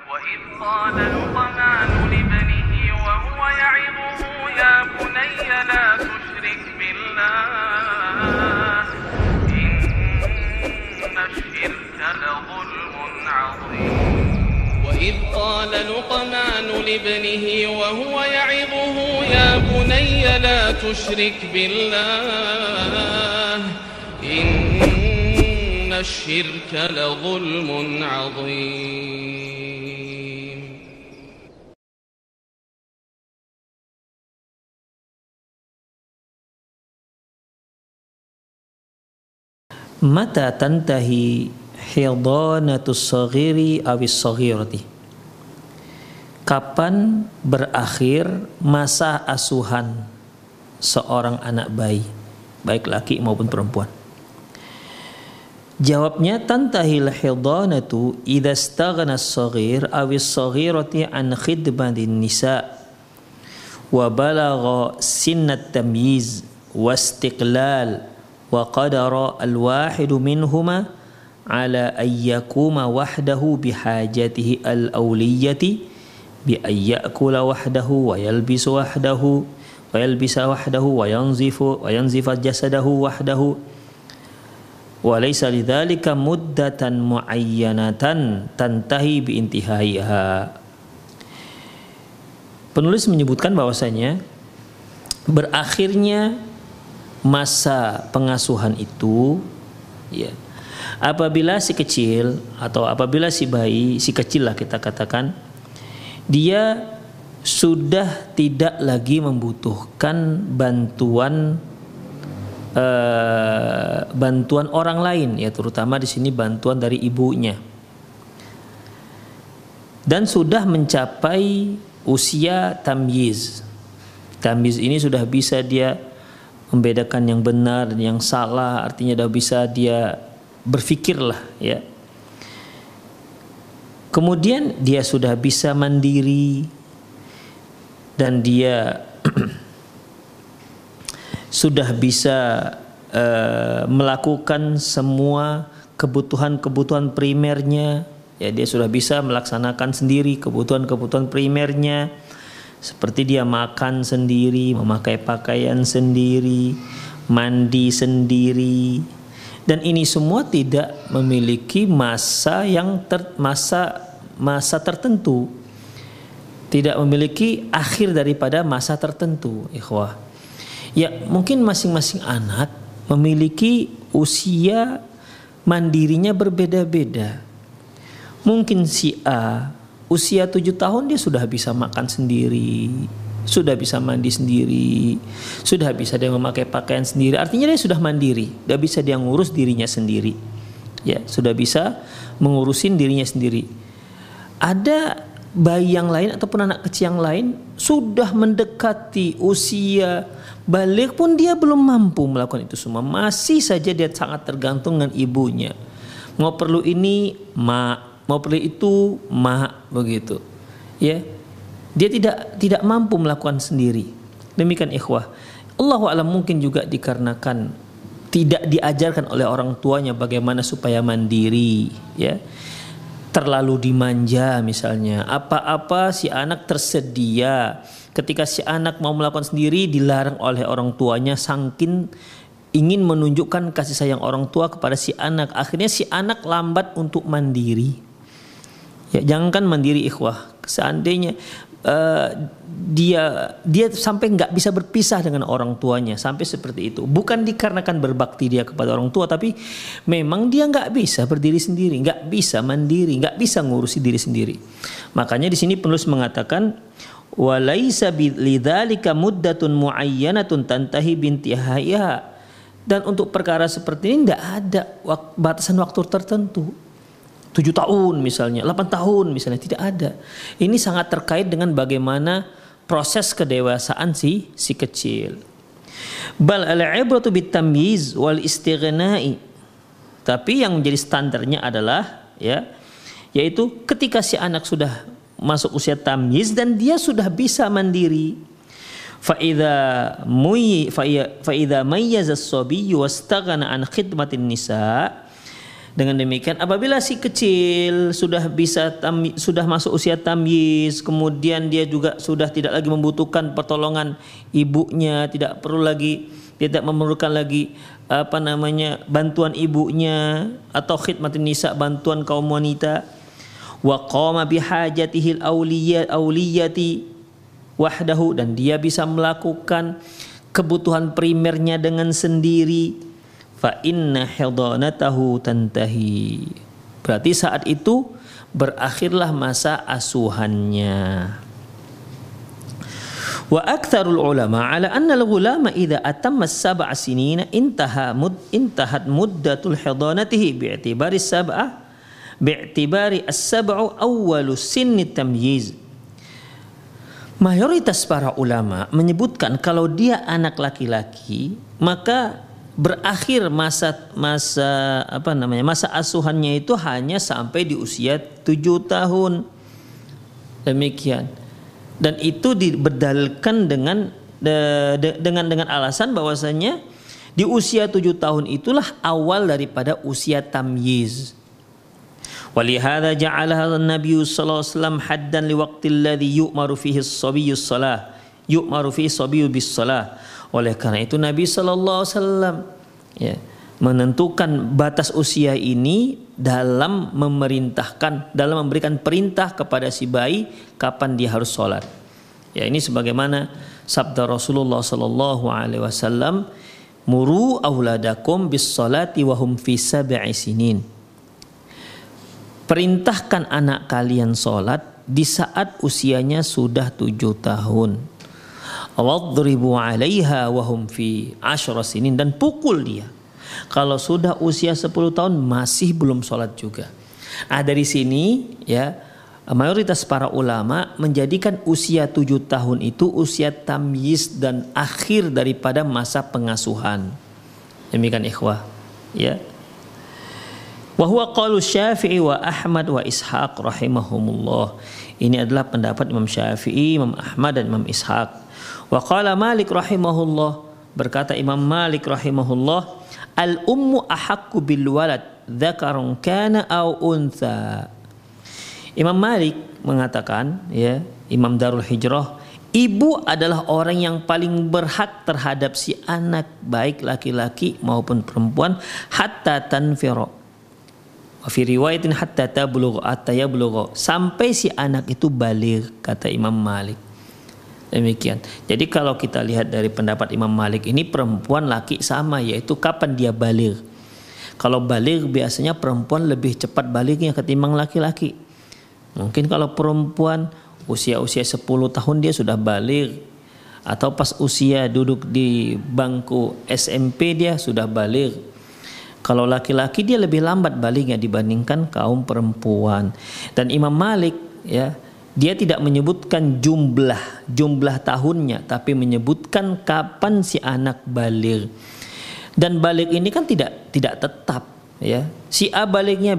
وإذ قال لقمان لابنه وهو يعظه يا بني لا تشرك بالله إن الشرك لظلم عظيم وإذ قال لقمان لابنه وهو يعظه يا بني لا تشرك بالله إن الشرك لظلم عظيم. Mata tantahi hidanatus saghiri awis saghirati. Kapan berakhir masa asuhan seorang anak bayi, baik laki maupun perempuan? Jawabnya, tantahil hidanatu idza istaghna as-saghir awis saghirati an khidmatin nisa wa balagha sinnat tamyiz wa istiqlal wa qadara al-wahidu minhuma ala ayyakuma wahdahu bihajatihi al-awliyati bi ayyakula wahdahu wa yalbisu wahdahu wa yalbisa wahdahu wa yanzifa jasadahu wahdahu wa laysa lidzalika muddatan muayyanatan tantahi bi intihaiha. Penulis menyebutkan bahwasanya berakhirnya masa pengasuhan itu, ya, apabila si kecil atau apabila si bayi, si kecil lah kita katakan, dia sudah tidak lagi membutuhkan bantuan orang lain, ya, terutama di sini bantuan dari ibunya, dan sudah mencapai usia tamyiz. Tamyiz ini sudah bisa dia membedakan yang benar dan yang salah, artinya sudah bisa dia berfikirlah, ya. Kemudian dia sudah bisa mandiri dan dia sudah bisa melakukan semua kebutuhan-kebutuhan primernya, ya, dia sudah bisa melaksanakan sendiri kebutuhan-kebutuhan primernya, seperti dia makan sendiri, memakai pakaian sendiri, mandi sendiri, dan ini semua tidak memiliki masa tertentu, tidak memiliki akhir daripada masa tertentu, ikhwah. Ya, mungkin masing-masing anak memiliki usia mandirinya berbeda-beda. Mungkin si A usia 7 tahun dia sudah bisa makan sendiri, sudah bisa mandi sendiri, sudah bisa dia memakai pakaian sendiri. Artinya dia sudah mandiri, sudah bisa dia ngurus dirinya sendiri, ya, sudah bisa mengurusin dirinya sendiri. Ada bayi yang lain ataupun anak kecil yang lain sudah mendekati usia balik pun dia belum mampu melakukan itu semua, masih saja dia sangat tergantung dengan ibunya. Mau perlu ini, mak, mau perlu itu, mak, begitu, ya. Dia tidak mampu melakukan sendiri. Demikian ikhwah. Allahu a'lam, mungkin juga dikarenakan tidak diajarkan oleh orang tuanya bagaimana supaya mandiri, ya. Terlalu dimanja misalnya. Apa-apa si anak tersedia. Ketika si anak mau melakukan sendiri dilarang oleh orang tuanya, saking ingin menunjukkan kasih sayang orang tua kepada si anak. Akhirnya si anak lambat untuk mandiri. Ya, jangankan mandiri ikhwah, seandainya dia sampai nggak bisa berpisah dengan orang tuanya, sampai seperti itu. Bukan dikarenakan berbakti dia kepada orang tua, tapi memang dia nggak bisa berdiri sendiri, nggak bisa mandiri, nggak bisa ngurusi diri sendiri. Makanya di sini penulis mengatakan walaisa lidzalika muddatun muayyanatun tantahi bintihaiha, dan untuk perkara seperti ini tidak ada batasan waktu tertentu. 7 tahun misalnya, 8 tahun misalnya, tidak ada. Ini sangat terkait dengan bagaimana proses kedewasaan si kecil. Bal al-ibratu bitamyiz wal istighna'i. Tapi yang menjadi standarnya adalah, ya, yaitu ketika si anak sudah masuk usia tamyiz dan dia sudah bisa mandiri. Fa idza mayyaza as-sabiyyu wastaghna an khidmatin nisa, Dengan demikian apabila si kecil sudah masuk usia tamyiz, kemudian dia juga sudah tidak lagi membutuhkan pertolongan ibunya, dia tidak memerlukan lagi bantuan ibunya atau khidmatin nisa, bantuan kaum wanita. Wa qama bihajatihil awliyati wahdahu, dan dia bisa melakukan kebutuhan primernya dengan sendiri. Fa inna hidanatahu tantahi, berarti saat itu berakhirlah masa asuhannya. Wa aktsarul ulama ala anna al-ghulama idza atamma as-sab'a sinina intahat muddatul hidanatihi bi'tibari as-sab'u awwalu sinni tamyiz. Mayoritas para ulama menyebutkan kalau dia anak laki-laki maka berakhir masa asuhannya itu hanya sampai di usia 7 tahun. Demikian. Dan itu diberdalilkan dengan alasan bahwasanya di usia 7 tahun itulah awal daripada usia tamyiz. Walihada ja'alaha an-nabiy sallallahu alaihi wasallam haddan liwaqtil ladzi yu'maru fihi as-sabiyyu bis-shalah. Oleh karena itu Nabi sallallahu alaihi wasallam menentukan batas usia ini dalam memberikan perintah kepada si bayi kapan dia harus sholat. Ya, ini sebagaimana sabda Rasulullah sallallahu alaihi wasallam, muru auladakum bis-sholati wa hum fi 7 sinin. Perintahkan anak kalian sholat di saat usianya sudah 7 tahun. Wadribu 'alaiha wa hum fi 10 sinin, dan pukul dia kalau sudah usia 10 tahun masih belum sholat juga. Dari sini ya mayoritas para ulama menjadikan usia 7 tahun itu usia tamyiz dan akhir daripada masa pengasuhan. Demikian ikhwah ya. Wa huwa qaulu Syafi'i wa Ahmad wa Ishaq rahimahumullah. Ini adalah pendapat Imam Syafi'i, Imam Ahmad dan Imam Ishaq. Wa qala Malik rahimahullah, berkata Imam Malik rahimahullah, al ummu ahaqqu bil walad dzakarun kana aw untha. Imam Malik mengatakan, ya, Imam Darul Hijrah, ibu adalah orang yang paling berhak terhadap si anak, baik laki-laki maupun perempuan, hatta tanfira. Wa fi riwayatin hatta yablugha, sampai si anak itu baligh, kata Imam Malik. Demikian. Jadi kalau kita lihat dari pendapat Imam Malik ini, perempuan laki sama, yaitu kapan dia baligh. Kalau baligh biasanya perempuan lebih cepat balighnya ketimbang laki-laki. Mungkin kalau perempuan usia 10 tahun dia sudah baligh, atau pas usia duduk di bangku SMP dia sudah baligh. Kalau laki-laki dia lebih lambat balighnya dibandingkan kaum perempuan. Dan Imam Malik ya, dia tidak menyebutkan jumlah tahunnya, tapi menyebutkan kapan si anak baligh. Dan baligh ini kan tidak tetap, ya. Si A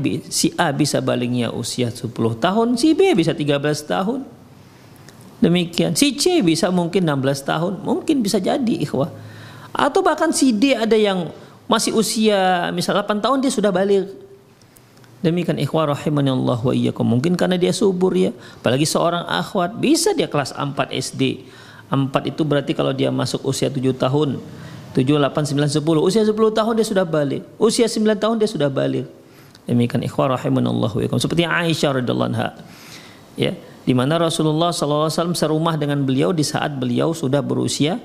bisa balighnya usia 10 tahun, si B bisa 13 tahun. Demikian. Si C bisa mungkin 16 tahun, mungkin bisa jadi ikhwah. Atau bahkan si D ada yang masih usia misal 8 tahun dia sudah baligh. Demikian ikhwah rahimanallah wa iyyakum. Mungkin karena dia subur ya. Apalagi seorang akhwat bisa dia kelas 4 SD. 4 itu berarti kalau dia masuk usia 7 tahun. 7, 8, 9, 10. Usia 10 tahun dia sudah balik. Usia 9 tahun dia sudah balik. Demikian ikhwah rahimanallah wa iyyakum. Seperti Aisyah radhiyallahu anha. Ya, di mana Rasulullah SAW serumah dengan beliau di saat beliau sudah berusia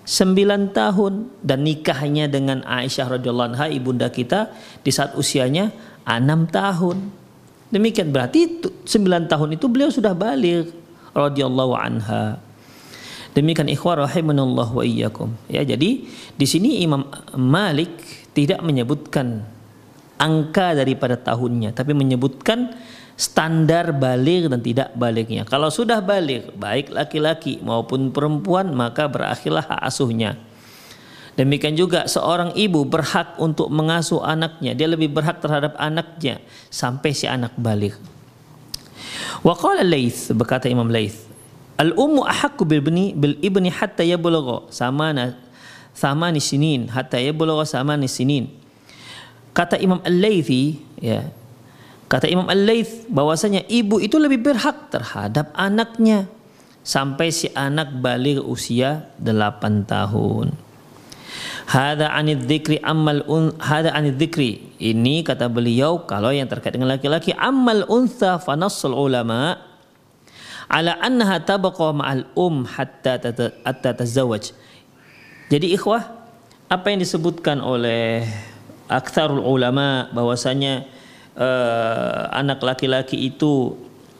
9 tahun, dan nikahnya dengan Aisyah radhiyallahu anha ibunda kita di saat usianya 6 tahun. Demikian berarti 9 tahun itu beliau sudah baligh radhiyallahu anha. Demikian ikhwah rahimanallah wa iyyakum. Ya, jadi di sini Imam Malik tidak menyebutkan angka daripada tahunnya, tapi menyebutkan standar baligh dan tidak balighnya. Kalau sudah baligh, baik laki-laki maupun perempuan, maka berakhirlah hak asuhnya. Demikian juga seorang ibu berhak untuk mengasuh anaknya. Dia lebih berhak terhadap anaknya sampai si anak baligh. Wa qala Laits, berkata Imam Laits, al ummu ahaqqu bil ibni hatta yablugha samani sinin, hatta yablugha samani sinin. Kata Imam Al-Laitsi, ya. Kata Imam Al-Laits bahwasanya ibu itu lebih berhak terhadap anaknya sampai si anak balik usia 8 tahun. Hada anid dzikri ini kata beliau kalau yang terkait dengan laki-laki ammal untha fa nassul ulama ala annaha tabqa ma'al hatta tazawwaj. Jadi ikhwah, apa yang disebutkan oleh aktsarul ulama bahwasanya anak laki-laki itu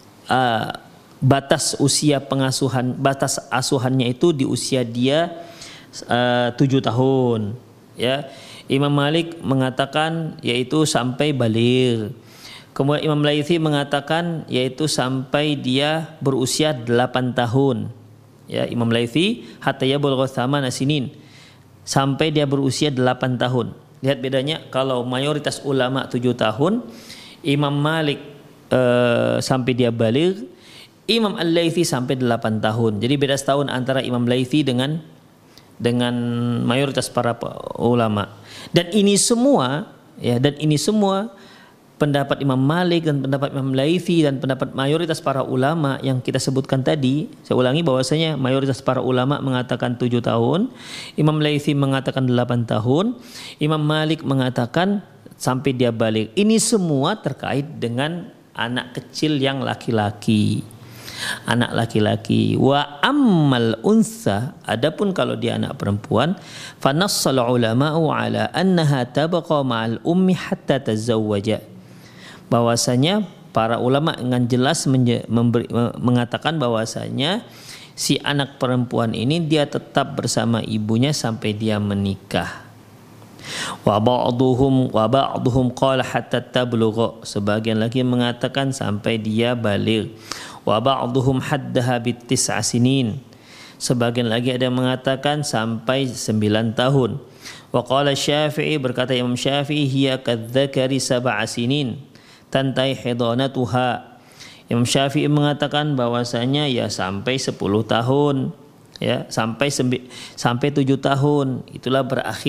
batas usia pengasuhan, batas asuhannya itu di usia dia 7 tahun, ya. Imam Malik mengatakan yaitu sampai baligh. Kemudian Imam Laitsi mengatakan yaitu sampai dia berusia 8 tahun. Ya, Imam Laitsi hatta yablugha thamana sinin, sampai dia berusia 8 tahun. Lihat bedanya, kalau mayoritas ulama 7 tahun, Imam Malik sampai dia baligh, Imam Al-Laitsi sampai 8 tahun. Jadi beda setahun antara Imam Laitsi dengan mayoritas para ulama. Dan ini semua pendapat Imam Malik dan pendapat Imam Laitsi dan pendapat mayoritas para ulama yang kita sebutkan tadi. Saya ulangi bahwasanya mayoritas para ulama mengatakan 7 tahun, Imam Laitsi mengatakan 8 tahun, Imam Malik mengatakan sampai dia balik. Ini semua terkait dengan anak kecil yang laki-laki. Anak laki-laki. Wa ammal unsa, adapun kalau dia anak perempuan, fa nassal ulama'u ala annaha tabqa ma'al ummi hatta tazawwaja. Bahwasanya para ulama dengan jelas mengatakan bahwasanya si anak perempuan ini dia tetap bersama ibunya sampai dia menikah. Wa ba'dhum qala hatta tablugha, sebagian lagi mengatakan sampai dia baligh. Wa ba'dhum haddaha bit-tis'a sinin, sebagian lagi ada yang mengatakan sampai 9 tahun. Wa qala Syafi'i, berkata Imam Syafi'i, hiya kadzakari 7 sinin tantai hidanatuha. Imam Syafi'i mengatakan bahwasanya ya sampai 10 tahun, ya sampai 7 tahun itulah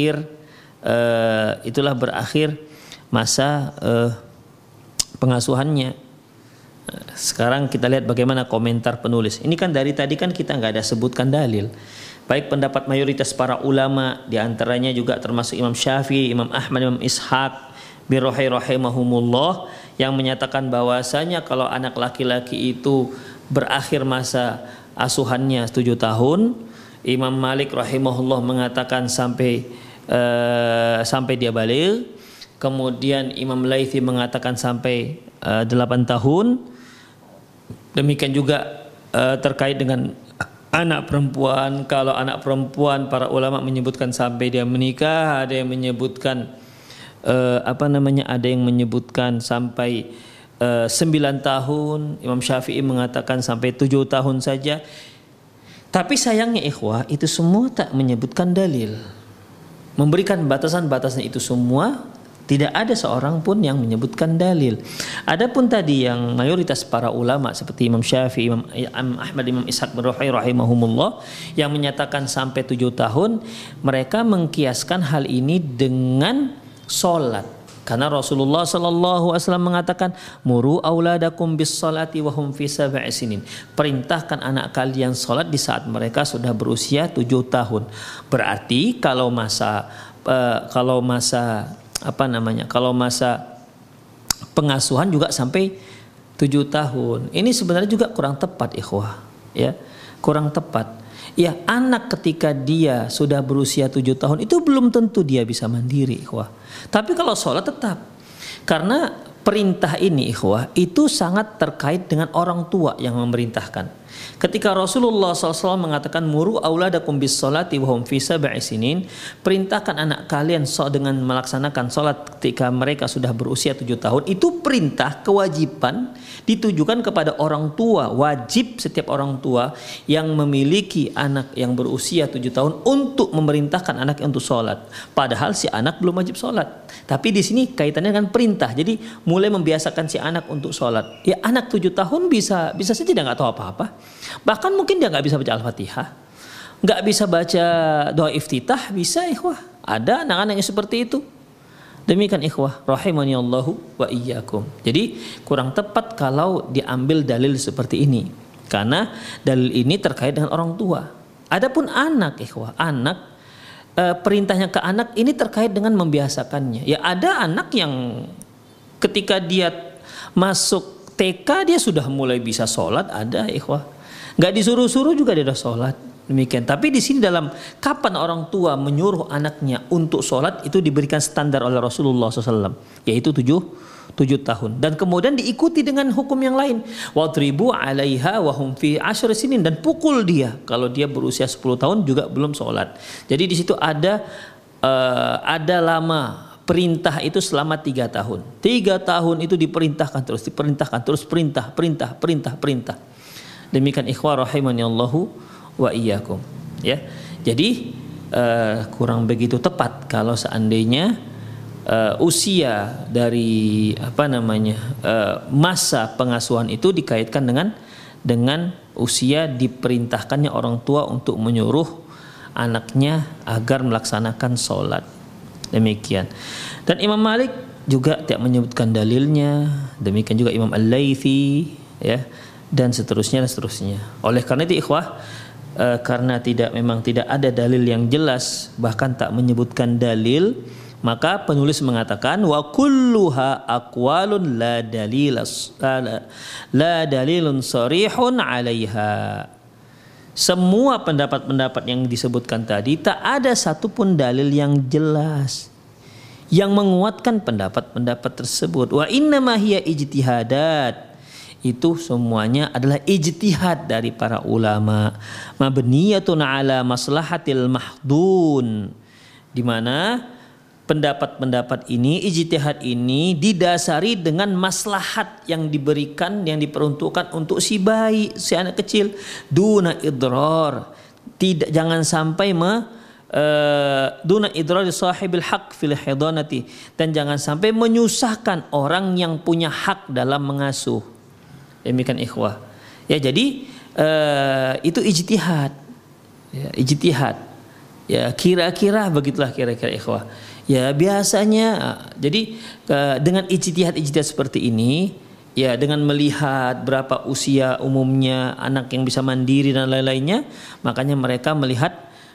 berakhir masa pengasuhannya. Sekarang kita lihat bagaimana komentar penulis. Ini kan dari tadi kan kita nggak ada sebutkan dalil. Baik pendapat mayoritas para ulama, diantaranya juga termasuk Imam Syafi'i, Imam Ahmad, Imam Ishaq bin rahimahumullah, yang menyatakan bahwasanya kalau anak laki-laki itu berakhir masa asuhannya 7 tahun. Imam Malik rahimahullah mengatakan sampai dia baligh. Kemudian Imam Laitsi mengatakan sampai 8 tahun. Demikian juga terkait dengan anak perempuan. Kalau anak perempuan para ulama menyebutkan sampai dia menikah, ada yang menyebutkan ada yang menyebutkan sampai 9 tahun. Imam Syafi'i mengatakan sampai 7 tahun saja. Tapi sayangnya ikhwah, itu semua tak menyebutkan dalil, memberikan batasan-batasan itu semua. Tidak ada seorang pun yang menyebutkan dalil. Adapun tadi yang mayoritas para ulama seperti Imam Syafi'i, Imam Ahmad, Imam Ishaq bin rahimahumullah yang menyatakan sampai 7 tahun, mereka mengkiaskan hal ini dengan solat. Karena Rasulullah sallallahu alaihi wasallam mengatakan, "Muru auladakum bis salati wa hum fi 7 sinin." Perintahkan anak kalian salat di saat mereka sudah berusia 7 tahun. Berarti kalau masa pengasuhan juga sampai 7 tahun. Ini sebenarnya juga kurang tepat ikhwah, ya. Kurang tepat. Ya, anak ketika dia sudah berusia 7 tahun itu belum tentu dia bisa mandiri ikhwah. Tapi kalau sholat tetap. Karena perintah ini ikhwah itu sangat terkait dengan orang tua yang memerintahkan. Ketika Rasulullah SAW mengatakan muru auladakum bis salati wa hum fi 7 sinin, perintahkan anak kalian dengan melaksanakan salat ketika mereka sudah berusia 7 tahun, itu perintah kewajiban ditujukan kepada orang tua. Wajib setiap orang tua yang memiliki anak yang berusia 7 tahun untuk memerintahkan anaknya untuk salat. Padahal si anak belum wajib salat. Tapi di sini kaitannya dengan perintah. Jadi mulai membiasakan si anak untuk salat. Ya, anak 7 tahun bisa saja dia nggak tahu apa-apa. Bahkan mungkin dia nggak bisa baca Al-Fatihah, nggak bisa baca doa iftitah, bisa ikhwah. Ada anak-anak yang seperti itu. Demikian ikhwah rahimani Allahu wa iyyakum. Jadi kurang tepat kalau diambil dalil seperti ini, karena dalil ini terkait dengan orang tua. Adapun anak ikhwah, anak perintahnya ke anak ini terkait dengan membiasakannya. Ya ada anak yang ketika dia masuk TK dia sudah mulai bisa sholat, ada ikhwah. Nggak disuruh-suruh juga dia udah sholat. Demikian. Tapi di sini dalam kapan orang tua menyuruh anaknya untuk sholat itu diberikan standar oleh Rasulullah SAW, yaitu 7 tahun. Dan kemudian diikuti dengan hukum yang lain. Wadribu 'alaiha wa hum fi 10 sinin, dan pukul dia kalau dia berusia 10 tahun juga belum sholat. Jadi di situ ada lama perintah itu selama 3 tahun. 3 tahun itu diperintahkan terus perintah. Demikian ikhwah rahimani Allahu wa iyyakum, ya. Jadi kurang begitu tepat kalau seandainya usia dari masa pengasuhan itu dikaitkan dengan usia diperintahkannya orang tua untuk menyuruh anaknya agar melaksanakan sholat. Demikian. Dan Imam Malik juga tidak menyebutkan dalilnya, demikian juga Imam Al-Laitsi, ya, dan seterusnya. Oleh karena itu ikhwah, karena memang tidak ada dalil yang jelas, bahkan tak menyebutkan dalil, maka penulis mengatakan wa kulluha aqwalun la dalilun sharihun 'alaiha. Semua pendapat-pendapat yang disebutkan tadi tak ada satupun dalil yang jelas yang menguatkan pendapat-pendapat tersebut. Wa innama hiya ijtihadat. Itu semuanya adalah ijtihad dari para ulama, mabniyatun ala maslahatil mahdun, di mana pendapat-pendapat ini, ijtihad ini didasari dengan maslahat yang diberikan, yang diperuntukkan untuk si bayi, si anak kecil, duna idrar, tidak, jangan sampai duna idrar sahibil haq fil hidanati, dan jangan sampai menyusahkan orang yang punya hak dalam mengasuh. Demikian ikhwah. Ya, jadi itu ijtihad. Ya, ijtihad. Ya, kira-kira begitulah kira-kira ikhwah. Ya, biasanya jadi dengan ijtihad seperti ini, ya, dengan melihat berapa usia umumnya anak yang bisa mandiri dan lain-lainnya, makanya mereka melihat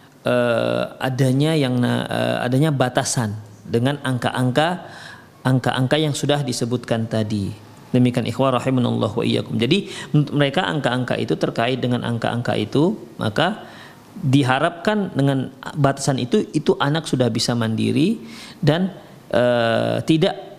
adanya batasan dengan angka-angka yang sudah disebutkan tadi. Demikian ikhwah rahimanallahu wa iyyakum. Jadi menurut mereka angka-angka itu terkait dengan angka-angka itu, maka diharapkan dengan batasan itu anak sudah bisa mandiri dan tidak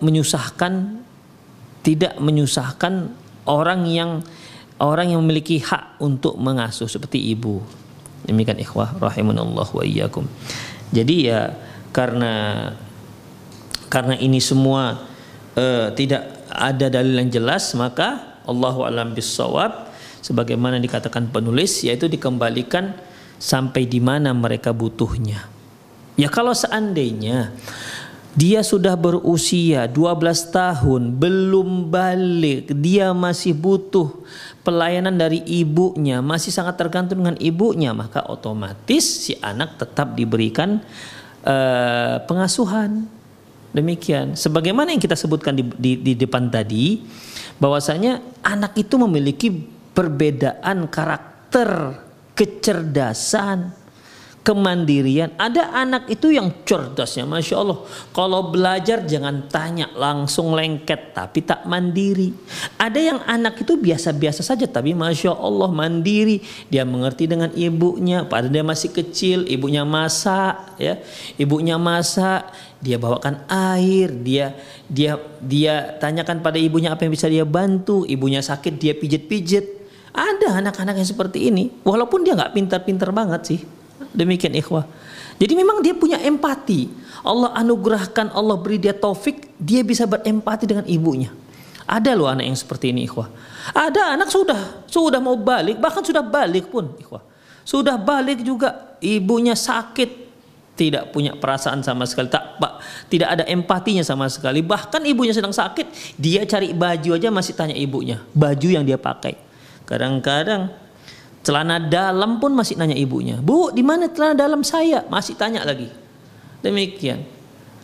menyusahkan orang yang memiliki hak untuk mengasuh seperti ibu. Demikian ikhwah rahimanallahu wa iyyakum. Jadi ya karena ini semua tidak ada dalil yang jelas, maka Allahu a'lam bissawab, sebagaimana dikatakan penulis, yaitu dikembalikan sampai di mana mereka butuhnya. Ya, kalau seandainya dia sudah berusia 12 tahun, belum balik, dia masih butuh pelayanan dari ibunya, masih sangat tergantung dengan ibunya, maka otomatis si anak tetap diberikan pengasuhan. Demikian. Sebagaimana yang kita sebutkan di depan tadi, bahwasanya anak itu memiliki perbedaan karakter, kecerdasan, kemandirian. Ada anak itu yang cerdasnya, masya Allah, kalau belajar jangan tanya, langsung lengket, tapi tak mandiri. Ada yang anak itu biasa-biasa saja, tapi masya Allah mandiri, dia mengerti dengan ibunya. Padahal dia masih kecil, ibunya masak, ya, dia bawakan air, dia tanyakan pada ibunya apa yang bisa dia bantu, ibunya sakit dia pijit-pijit. Ada anak-anak yang seperti ini, walaupun dia nggak pintar-pintar banget sih. Demikian ikhwah. Jadi memang dia punya empati. Allah anugerahkan, Allah beri dia taufik, dia bisa berempati dengan ibunya. Ada loh anak yang seperti ini ikhwah. Ada anak sudah mau balik, bahkan sudah balik pun ikhwah. Sudah balik juga ibunya sakit, tidak punya perasaan sama sekali, tidak ada empatinya sama sekali. Bahkan ibunya sedang sakit, dia cari baju aja masih tanya ibunya, baju yang dia pakai. Kadang-kadang celana dalam pun masih nanya ibunya, "Bu, di mana celana dalam saya?" Masih tanya lagi. Demikian.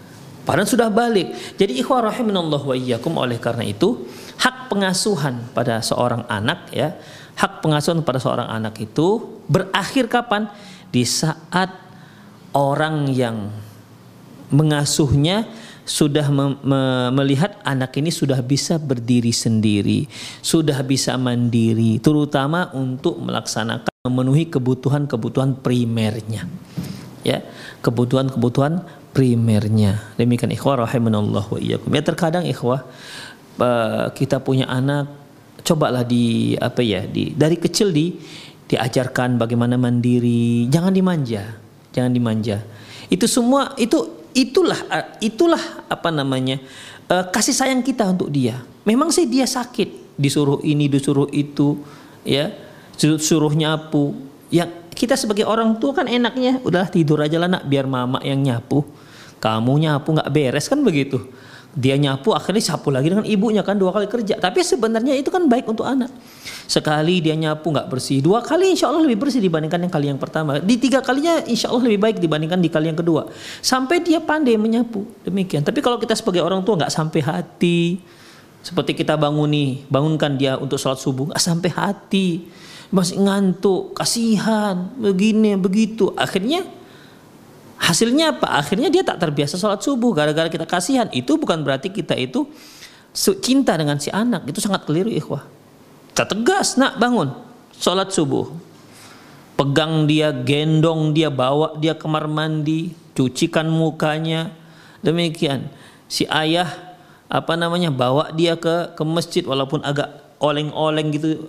padahal sudah balik. Jadi ikhwah rahimanallahu wa iyyakum, oleh karena itu hak pengasuhan pada seorang anak ya, hak pengasuhan pada seorang anak itu berakhir kapan? Di saat orang yang mengasuhnya sudah melihat anak ini sudah bisa berdiri sendiri, sudah bisa mandiri, terutama untuk melaksanakan memenuhi kebutuhan-kebutuhan primernya. Ya, kebutuhan-kebutuhan primernya. Demikian ikhwah rahimanallahu wa iyyakum. Ya, terkadang ikhwah kita punya anak, cobalah dari kecil diajarkan bagaimana mandiri, jangan dimanja. Itu semua itulah kasih sayang kita untuk dia. Memang sih dia sakit, disuruh ini, disuruh itu, ya, suruh nyapu. Ya, kita sebagai orang tua kan enaknya udahlah tidur aja lah nak, biar mama yang nyapu. Kamu nyapu nggak beres kan begitu. Dia nyapu akhirnya sapu lagi dengan ibunya kan, 2 kali kerja. Tapi sebenarnya itu kan baik untuk anak. Sekali dia nyapu nggak bersih, 2 kali insya Allah lebih bersih dibandingkan yang kali yang pertama. Di 3 kalinya insya Allah lebih baik dibandingkan di kali yang kedua. Sampai dia pandai menyapu. Demikian. Tapi kalau kita sebagai orang tua nggak sampai hati, seperti kita bangunkan dia untuk sholat subuh, nggak sampai hati, masih ngantuk, kasihan, begini begitu. Hasilnya apa? Akhirnya dia tak terbiasa sholat subuh gara-gara kita kasihan. Itu bukan berarti kita itu cinta dengan si anak. Itu sangat keliru ikhwah. Kita tegas, nak bangun sholat subuh. Pegang dia, gendong dia, bawa dia ke kamar mandi, cucikan mukanya. Demikian. Si ayah bawa dia ke masjid walaupun agak oleng-oleng gitu,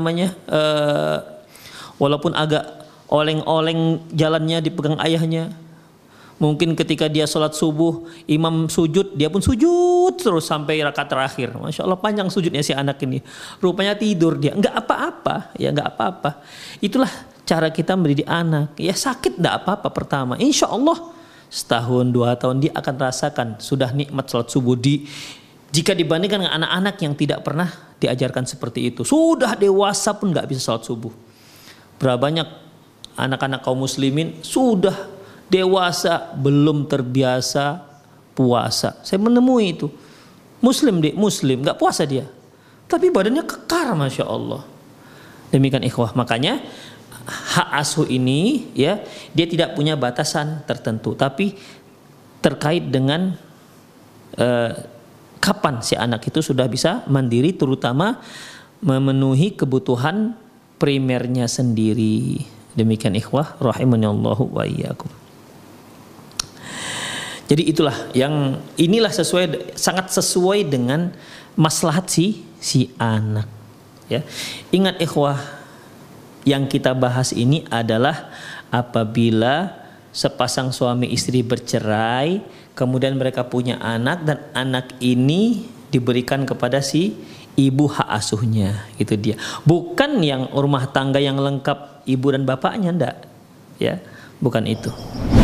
walaupun agak oleng-oleng jalannya dipegang ayahnya. Mungkin ketika dia sholat subuh, imam sujud, dia pun sujud terus sampai rakaat terakhir. Masya Allah panjang sujudnya si anak ini. Rupanya tidur dia, nggak apa-apa. Itulah cara kita mendidik anak. Ya sakit nggak apa-apa pertama. Insya Allah setahun 2 tahun dia akan rasakan sudah nikmat sholat subuh. Jika dibandingkan dengan anak-anak yang tidak pernah diajarkan seperti itu, sudah dewasa pun nggak bisa sholat subuh. Berapa banyak anak-anak kaum muslimin sudah dewasa belum terbiasa puasa. Saya menemui itu muslim nggak puasa dia, tapi badannya kekar, masya Allah. Demikian ikhwah. Makanya hak asuh ini ya, dia tidak punya batasan tertentu, tapi terkait dengan kapan si anak itu sudah bisa mandiri, terutama memenuhi kebutuhan primernya sendiri. Demikian ikhwah rahimanallahu wa iyyakum. Jadi inilah sangat sesuai dengan maslahat si anak. Ya. Ingat ikhwah, yang kita bahas ini adalah apabila sepasang suami istri bercerai, kemudian mereka punya anak dan anak ini diberikan kepada si ibu hak asuhnya, itu dia. Bukan yang rumah tangga yang lengkap ibu dan bapaknya, enggak. Ya, bukan itu.